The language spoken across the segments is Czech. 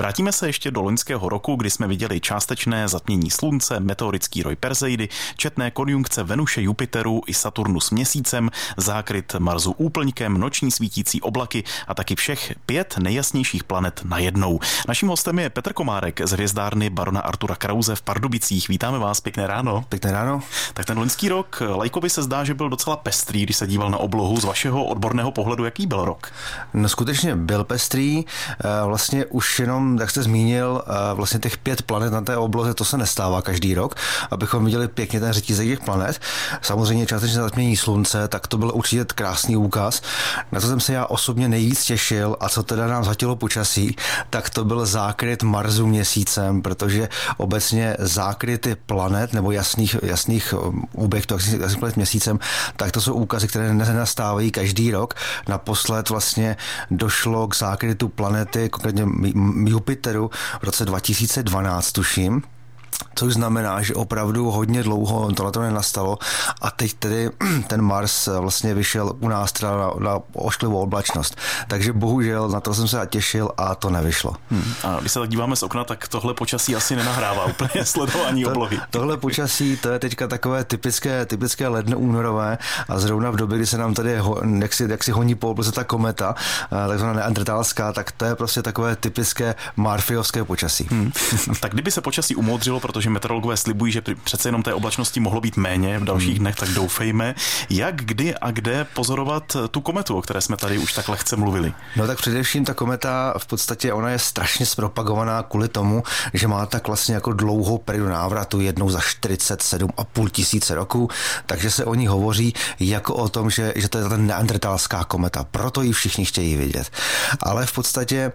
Vrátíme se ještě do loňského roku, kdy jsme viděli částečné zatmění slunce, meteorický roj Perseidy, četné konjunkce Venuše, Jupiteru i Saturnu s Měsícem, zákryt Marsu úplňkem, noční svítící oblaky a taky všech 5 nejjasnějších planet najednou. Naším hostem je Petr Komárek z hvězdárny barona Artura Krause v Pardubicích. Vítáme vás, pěkné ráno. Pěkné ráno. Tak ten loňský rok laikovi se zdá, že byl docela pestrý, když se díval na oblohu. Z vašeho odborného pohledu, jaký byl rok? No skutečně byl pestrý. Vlastně už jenom, jak jste zmínil, vlastně těch 5 planet na té obloze, to se nestává každý rok, abychom viděli pěkně ten řetízek těch planet. Samozřejmě částečně zatmění slunce, tak to byl určitě krásný úkaz. Na to jsem se já osobně nejvíc těšil a co teda nám zhatilo počasí, tak to byl zákryt Marsu Měsícem, protože obecně zákryty planet nebo jasných objektů, jasných planet Měsícem, tak to jsou úkazy, které nenastávají každý rok. Naposled vlastně došlo k zákrytu planety, konkrétně Jupiteru v roce 2012, tuším. Což znamená, že opravdu hodně dlouho tohle nenastalo a teď tedy ten Mars vlastně vyšel u nás teda na ošklivou oblačnost. Takže bohužel na to jsem se těšil a to nevyšlo. A když se tak díváme z okna, tak tohle počasí asi nenahrává úplně sledování oblohy. Tohle počasí, to je teďka takové typické ledno únorové a zrovna v době, kdy se nám tady jak si honí po obloze ta kometa, takzvaná neandertalská, tak to je prostě takové typické Murphyovské počasí. Tak kdyby se počasí umodřilo, protože meteorologové slibují, že přece jenom té oblačnosti mohlo být méně v dalších dnech, tak doufejme. Jak, kdy a kde pozorovat tu kometu, o které jsme tady už tak lehce mluvili? No tak především ta kometa v podstatě ona je strašně zpropagovaná kvůli tomu, že má tak vlastně jako dlouhou periodu návratu, jednou za 47,5 tisíce roků, takže se o ní hovoří jako o tom, že to je ta neandertalská kometa, proto ji všichni chtějí vidět. Ale v podstatě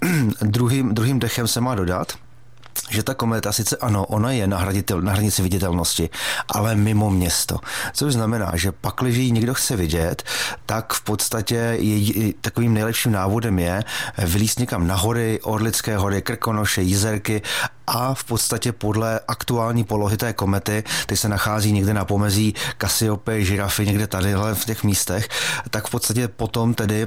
druhým dechem se má dodat, že ta kometa sice ano, ona je na hranici viditelnosti, ale mimo město. Což znamená, že pakliže ji někdo chce vidět, tak v podstatě takovým nejlepším návodem je vylízt někam na hory, Orlické hory, Krkonoše, Jizerky a v podstatě podle aktuální polohy té komety, ty se nachází někde na pomezí Kasiopy, Žirafy, někde tadyhle v těch místech, tak v podstatě potom tedy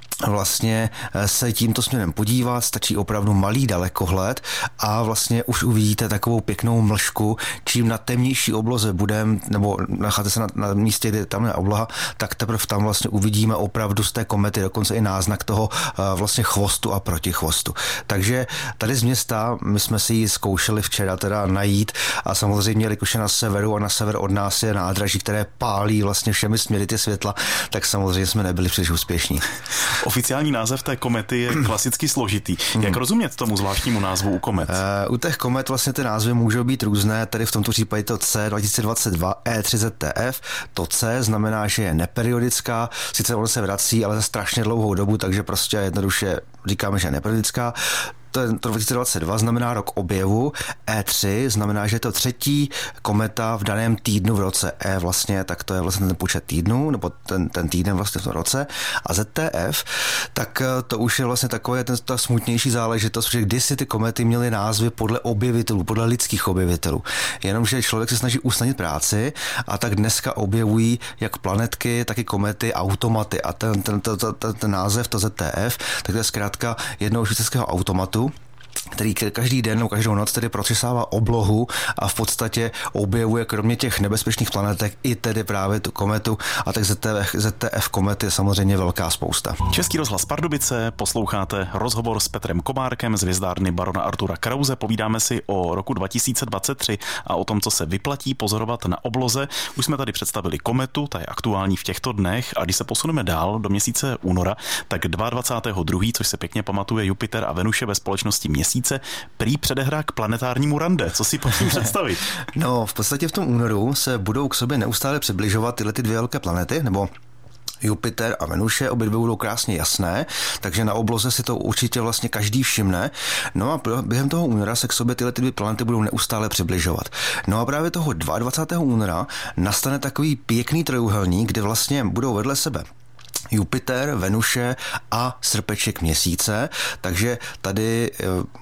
vlastně se tímto směrem podívat, stačí opravdu malý dalekohled a vlastně už uvidíte takovou pěknou mlžku, čím na temnější obloze budeme, nebo nacházíte se na místě, kde tam je obloha, tak teprve tam vlastně uvidíme opravdu z té komety dokonce i náznak toho vlastně chvostu a protichvostu. Takže tady z města my jsme si ji zkoušeli včera teda najít a samozřejmě, jelikož je na severu a na sever od nás je nádraží, které pálí vlastně všemi směry ty světla, tak samozřejmě jsme nebyli příliš úspěšní. Oficiální název té komety je klasicky složitý. Jak rozumět tomu zvláštnímu názvu u komet? U těch komet vlastně ty názvy můžou být různé, tady v tomto případě to C 2022 E3ZTF. To C znamená, že je neperiodická, sice ona se vrací, ale za strašně dlouhou dobu, takže prostě jednoduše říkáme, že je neperiodická. To 2022 znamená rok objevu, E3 znamená, že je to 3. kometa v daném týdnu v roce, E vlastně, tak to je vlastně ten počet týdnů, nebo ten týden vlastně v tom roce, a ZTF, tak to už je vlastně takové ta smutnější záležitost, že kdysi ty komety měly názvy podle objevitelů, podle lidských objevitelů, jenomže člověk se snaží usnadnit práci a tak dneska objevují jak planetky, tak i komety, automaty a ten název, to ZTF, tak to je zkrátka jednoho švýcarského automatu, který každý den nebo každou noc tedy protřesává oblohu a v podstatě objevuje kromě těch nebezpečných planetek i tedy právě tu kometu a tak ZTF komety je samozřejmě velká spousta. Český rozhlas Pardubice, posloucháte rozhovor s Petrem Komárkem z hvězdárny barona Artura Krause. Povídáme si o roku 2023 a o tom, co se vyplatí pozorovat na obloze. Už jsme tady představili kometu, ta je aktuální v těchto dnech a když se posuneme dál do měsíce února, tak 22.2., což se pěkně pamatuje, Jupiter a Venuše ve společnosti Měsíce prý předehrá k planetárnímu rande. Co si pod tím představit? No, v podstatě v tom únoru se budou k sobě neustále přibližovat tyhle ty 2 velké planety, nebo Jupiter a Venuše, obě dvě budou krásně jasné, takže na obloze si to určitě vlastně každý všimne. No a během toho února se k sobě tyhle 2 planety budou neustále přibližovat. No a právě toho 22. února nastane takový pěkný trojúhelník, kde vlastně budou vedle sebe Jupiter, Venuše a srpeček Měsíce, takže tady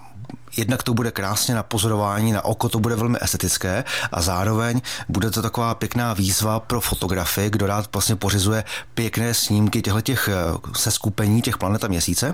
jednak to bude krásně na pozorování, na oko to bude velmi estetické a zároveň bude to taková pěkná výzva pro fotografy, kdo rád vlastně pořizuje pěkné snímky těchto seskupení těch planet a Měsíce.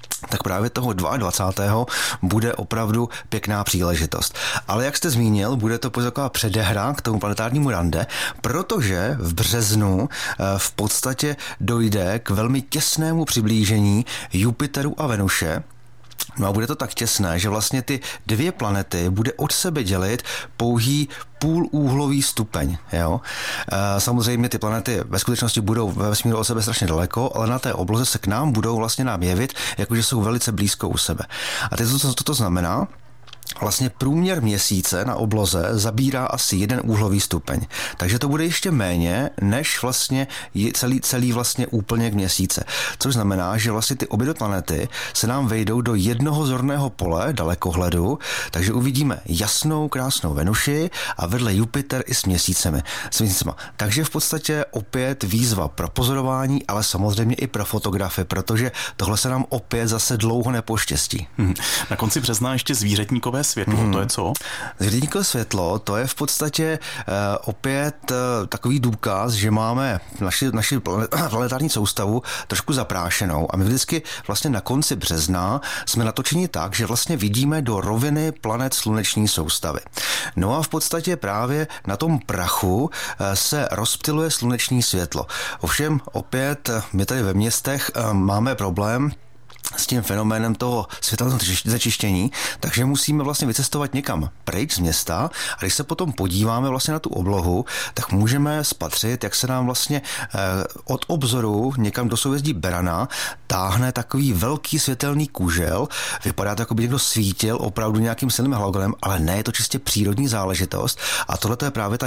tak právě toho 22. bude opravdu pěkná příležitost. Ale jak jste zmínil, bude to taková předehra k tomu planetárnímu rande, protože v březnu v podstatě dojde k velmi těsnému přiblížení Jupiteru a Venuše. No a bude to tak těsné, že vlastně ty dvě planety bude od sebe dělit pouhý půlúhlový stupeň. Jo? Samozřejmě ty planety ve skutečnosti budou ve vesmíru od sebe strašně daleko, ale na té obloze se k nám budou vlastně nám jevit, jakože jsou velice blízko u sebe. A teď to znamená, vlastně průměr měsíce na obloze zabírá asi 1 úhlový stupeň. Takže to bude ještě méně, než vlastně celý vlastně úplněk měsíce. Což znamená, že vlastně ty obě planety se nám vejdou do jednoho zorného pole dalekohledu, takže uvidíme jasnou, krásnou Venuši a vedle Jupiter i s měsícemi. Takže v podstatě opět výzva pro pozorování, ale samozřejmě i pro fotografy, protože tohle se nám opět zase dlouho nepoštěstí. Na konci března ještě zvířetníkové světlo, to je co? Zvířetníkové světlo, to je v podstatě opět takový důkaz, že máme naši planetární soustavu trošku zaprášenou a my vždycky vlastně na konci března jsme natočeni tak, že vlastně vidíme do roviny planet sluneční soustavy. No a v podstatě právě na tom prachu se rozptyluje sluneční světlo. Ovšem opět my tady ve městech máme problém s tím fenoménem toho světelného začištění, takže musíme vlastně vycestovat někam pryč z města a když se potom podíváme vlastně na tu oblohu, tak můžeme spatřit, jak se nám vlastně od obzoru někam do souhvězdí Berana táhne takový velký světelný kužel. Vypadá to, jako by někdo svítil opravdu nějakým silným halogenem, ale ne, je to čistě přírodní záležitost a tohle je právě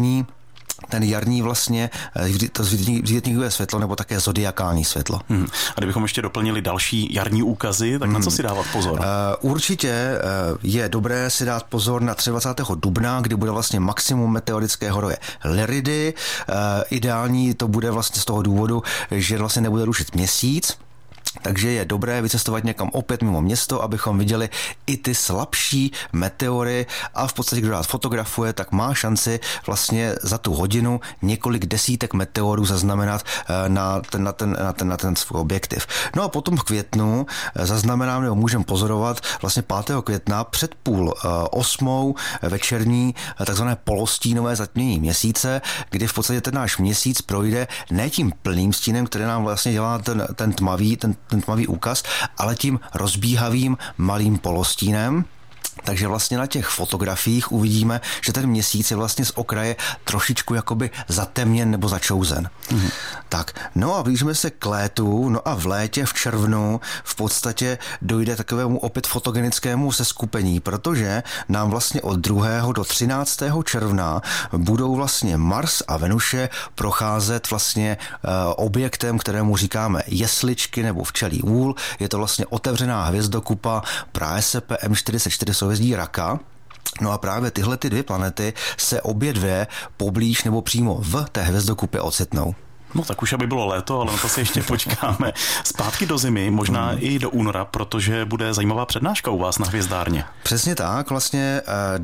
ten jarní vlastně to zvířetníkové světlo nebo také zodiakální světlo. A kdybychom ještě doplnili další jarní úkazy, tak na co si dávat pozor? Určitě je dobré si dát pozor na 23. dubna, kdy bude vlastně maximum meteorické horoje Lyridy. Ideální to bude vlastně z toho důvodu, že vlastně nebude rušit měsíc. Takže je dobré vycestovat někam opět mimo město, abychom viděli i ty slabší meteory a v podstatě, kdo rád fotografuje, tak má šanci vlastně za tu hodinu několik desítek meteorů zaznamenat na ten svůj objektiv. No a potom v květnu zaznamenáme nebo můžeme pozorovat vlastně 5. května před 7:30 večerní takzvané polostínové zatmění měsíce, kdy v podstatě ten náš měsíc projde ne tím plným stínem, který nám vlastně dělá ten tmavý úkaz, ale tím rozbíhavým malým polostínem. Takže vlastně na těch fotografiích uvidíme, že ten měsíc je vlastně z okraje trošičku jakoby zatemněn nebo začouzen. Tak, no a blížíme se k létu, no a v létě, v červnu v podstatě dojde takovému opět fotogenickému seskupení, protože nám vlastně od 2. do 13. června budou vlastně Mars a Venuše procházet vlastně objektem, kterému říkáme jesličky nebo včelí úl. Je to vlastně otevřená hvězdokupa Praesepe M44 souhvězdí Raka. No a právě tyhle ty dvě planety se obě dvě poblíž nebo přímo v té hvězdokupě ocitnou. No tak už aby bylo léto, ale na to si ještě počkáme. Zpátky do zimy, možná i do února, protože bude zajímavá přednáška u vás na Hvězdárně. Přesně tak, vlastně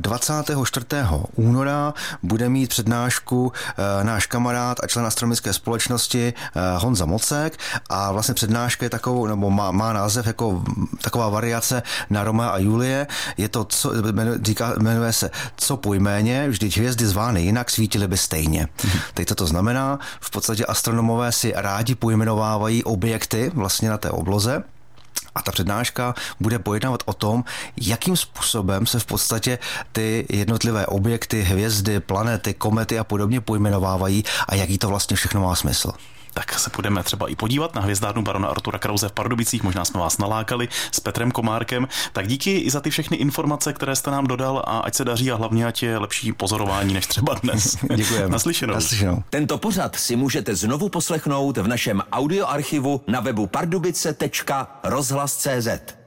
24. února bude mít přednášku náš kamarád a člen astronomické společnosti Honza Mocek a vlastně přednáška je takovou, nebo má název jako taková variace na Romea a Julie. Je to, jmenuje se Co pojméně, vždyť hvězdy zvány jinak svítily by stejně. Teď co to znamená? V podstatě astronomové si rádi pojmenovávají objekty vlastně na té obloze. A ta přednáška bude pojednávat o tom, jakým způsobem se v podstatě ty jednotlivé objekty, hvězdy, planety, komety a podobně pojmenovávají a jaký to vlastně všechno má smysl. Tak se budeme třeba i podívat na Hvězdárnu barona Artura Krause v Pardubicích, možná jsme vás nalákali s Petrem Komárkem. Tak díky i za ty všechny informace, které jste nám dodal a ať se daří a hlavně ať je lepší pozorování než třeba dnes. Děkujeme. Naslyšenou. Tento pořad si můžete znovu poslechnout v našem audioarchivu na webu pardubice.rozhlas.cz.